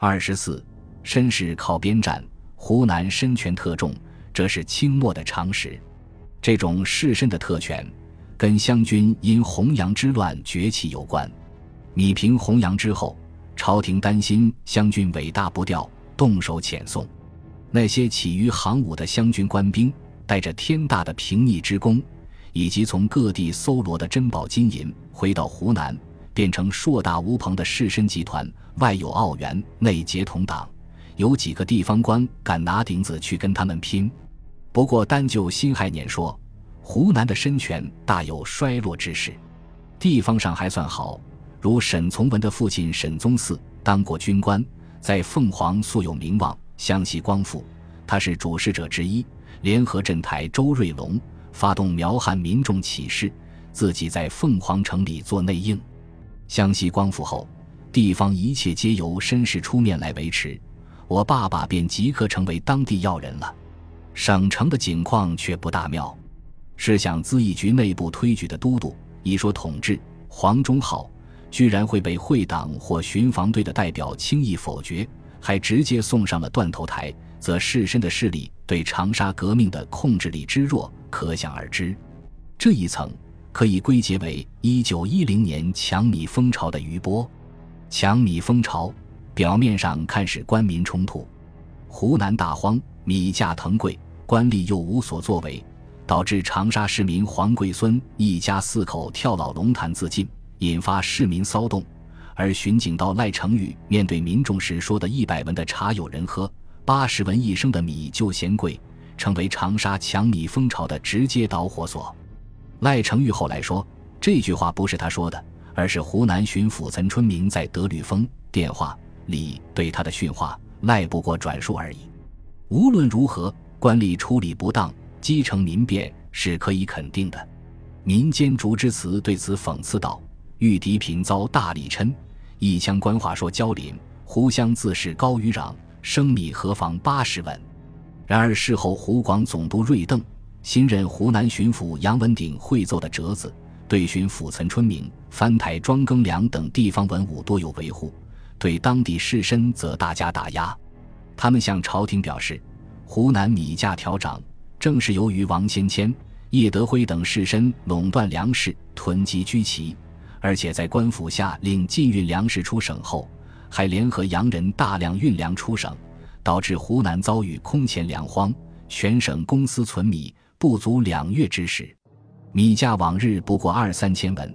24. 绅士靠边站，湖南绅权特重，这是清末的常识。这种士绅的特权跟湘军因洪阳之乱崛起有关。米平洪阳之后，朝廷担心湘军尾大不掉，动手遣送那些起于行伍的湘军官兵，带着天大的平逆之功，以及从各地搜罗的珍宝金银，回到湖南，变成硕大无朋的士绅集团，外有奥元，内结同党，有几个地方官敢拿顶子去跟他们拼。不过单就辛亥年说，湖南的绅权大有衰落之势，地方上还算好，如沈从文的父亲沈宗嗣当过军官，在凤凰素有名望，湘西光复，他是主事者之一，联合镇台周瑞龙，发动苗汉民众起事，自己在凤凰城里做内应。湘西光复后，地方一切皆由绅士出面来维持，我爸爸便即刻成为当地要人了。省城的景况却不大妙，试想咨议局内部推举的都督，一说统治黄忠浩，居然会被会党或巡防队的代表轻易否决，还直接送上了断头台，则士绅的势力对长沙革命的控制力之弱可想而知。这一层可以归结为1910年抢米风潮的余波。抢米风潮表面上看是官民冲突，湖南大荒，米价腾贵，官吏又无所作为，导致长沙市民黄贵孙一家4口跳老龙潭自尽，引发市民骚动。而巡警道赖成宇面对民众时说的100文的茶有人喝，80文一升的米就嫌贵，成为长沙抢米风潮的直接导火索。赖成宇后来说，这句话不是他说的，而是湖南巡抚岑春明在德律风电话里对他的训话，赖不过转述而已。无论如何，官吏处理不当，积成民变是可以肯定的。民间竹之词对此讽刺道：玉笛频遭大力琛，一腔官话说交邻，湖湘自是高于壤，生米何妨80文。然而事后湖广总督瑞邓、新任湖南巡抚杨文鼎会奏的折子，对巡抚岑春明、藩台庄庚良等地方文武多有维护，对当地士绅则大加打压。他们向朝廷表示，湖南米价调涨，正是由于王先谦、叶德辉等士绅垄断粮食，囤积居奇，而且在官府下令禁运粮食出省后，还联合洋人大量运粮出省，导致湖南遭遇空前粮荒，全省公司存米不足2月之时。米价往日不过2-3千文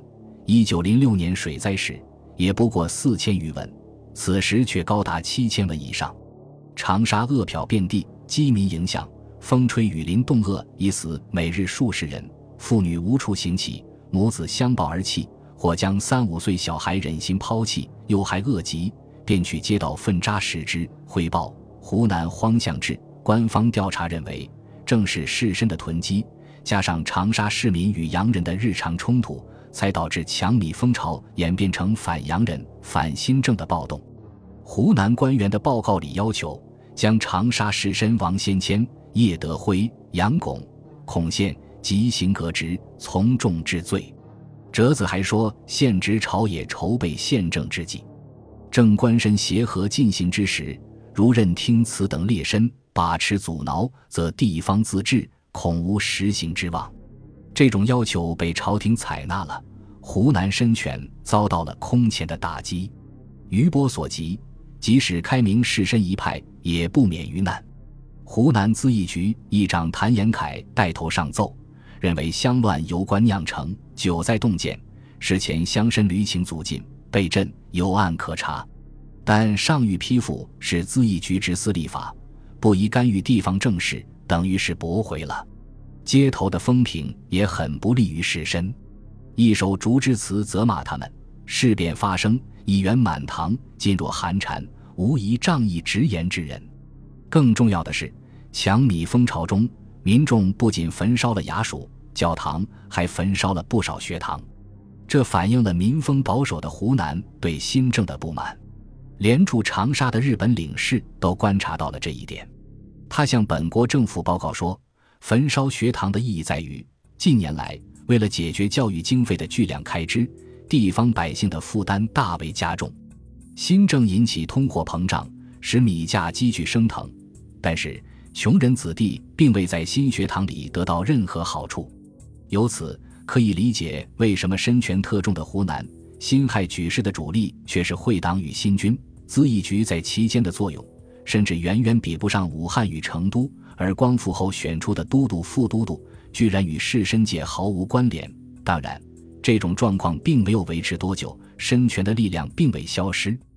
，1906年水灾时也不过4000余文，此时却高达7000文以上。长沙饿殍遍地，饥民影响，风吹雨淋冻饿已死每日数十人，妇女无处行乞，母子相抱而泣，或将3-5岁小孩忍心抛弃，又还饿极，便去街道粪渣食之。汇报湖南荒巷志，官方调查认为，正是士绅的囤积，加上长沙市民与洋人的日常冲突，才导致抢米风潮演变成反洋人、反新政的暴动。湖南官员的报告里要求将长沙士绅王先谦、叶德辉、杨拱、孔宪极刑革职，从重治罪。折子还说，现职朝野筹备宪政之际，正官绅协和进行之时，如任听此等劣绅把持阻挠，则地方自治恐无实行之望。这种要求被朝廷采纳了，湖南绅权遭到了空前的打击。余波所及，即使开明士绅一派也不免于难。湖南咨议局议长谭延闿带头上奏，认为乡乱由官酿成，久在洞见，事前乡绅驴情阻进，被镇有案可查，但上谕批复是咨议局执司立法，不宜干预地方政事，等于是驳回了。街头的风评也很不利于士绅，一首竹枝词责骂他们，事变发生，议员满堂，噤若寒蝉，无疑仗义直言之人。更重要的是，抢米风潮中，民众不仅焚烧了衙署、教堂，还焚烧了不少学堂，这反映了民风保守的湖南对新政的不满。连驻长沙的日本领事都观察到了这一点，他向本国政府报告说，焚烧学堂的意义在于，近年来为了解决教育经费的巨量开支，地方百姓的负担大为加重，新政引起通货膨胀， 使米价急剧升腾。但是穷人子弟并未在新学堂里得到任何好处，由此可以理解为什么身权特重的湖南辛亥举事的主力却是会党与新军、咨议局在其间的作用，甚至远远比不上武汉与成都，而光复后选出的都督、副都督居然与士绅界毫无关联。当然，这种状况并没有维持多久，身权的力量并未消失。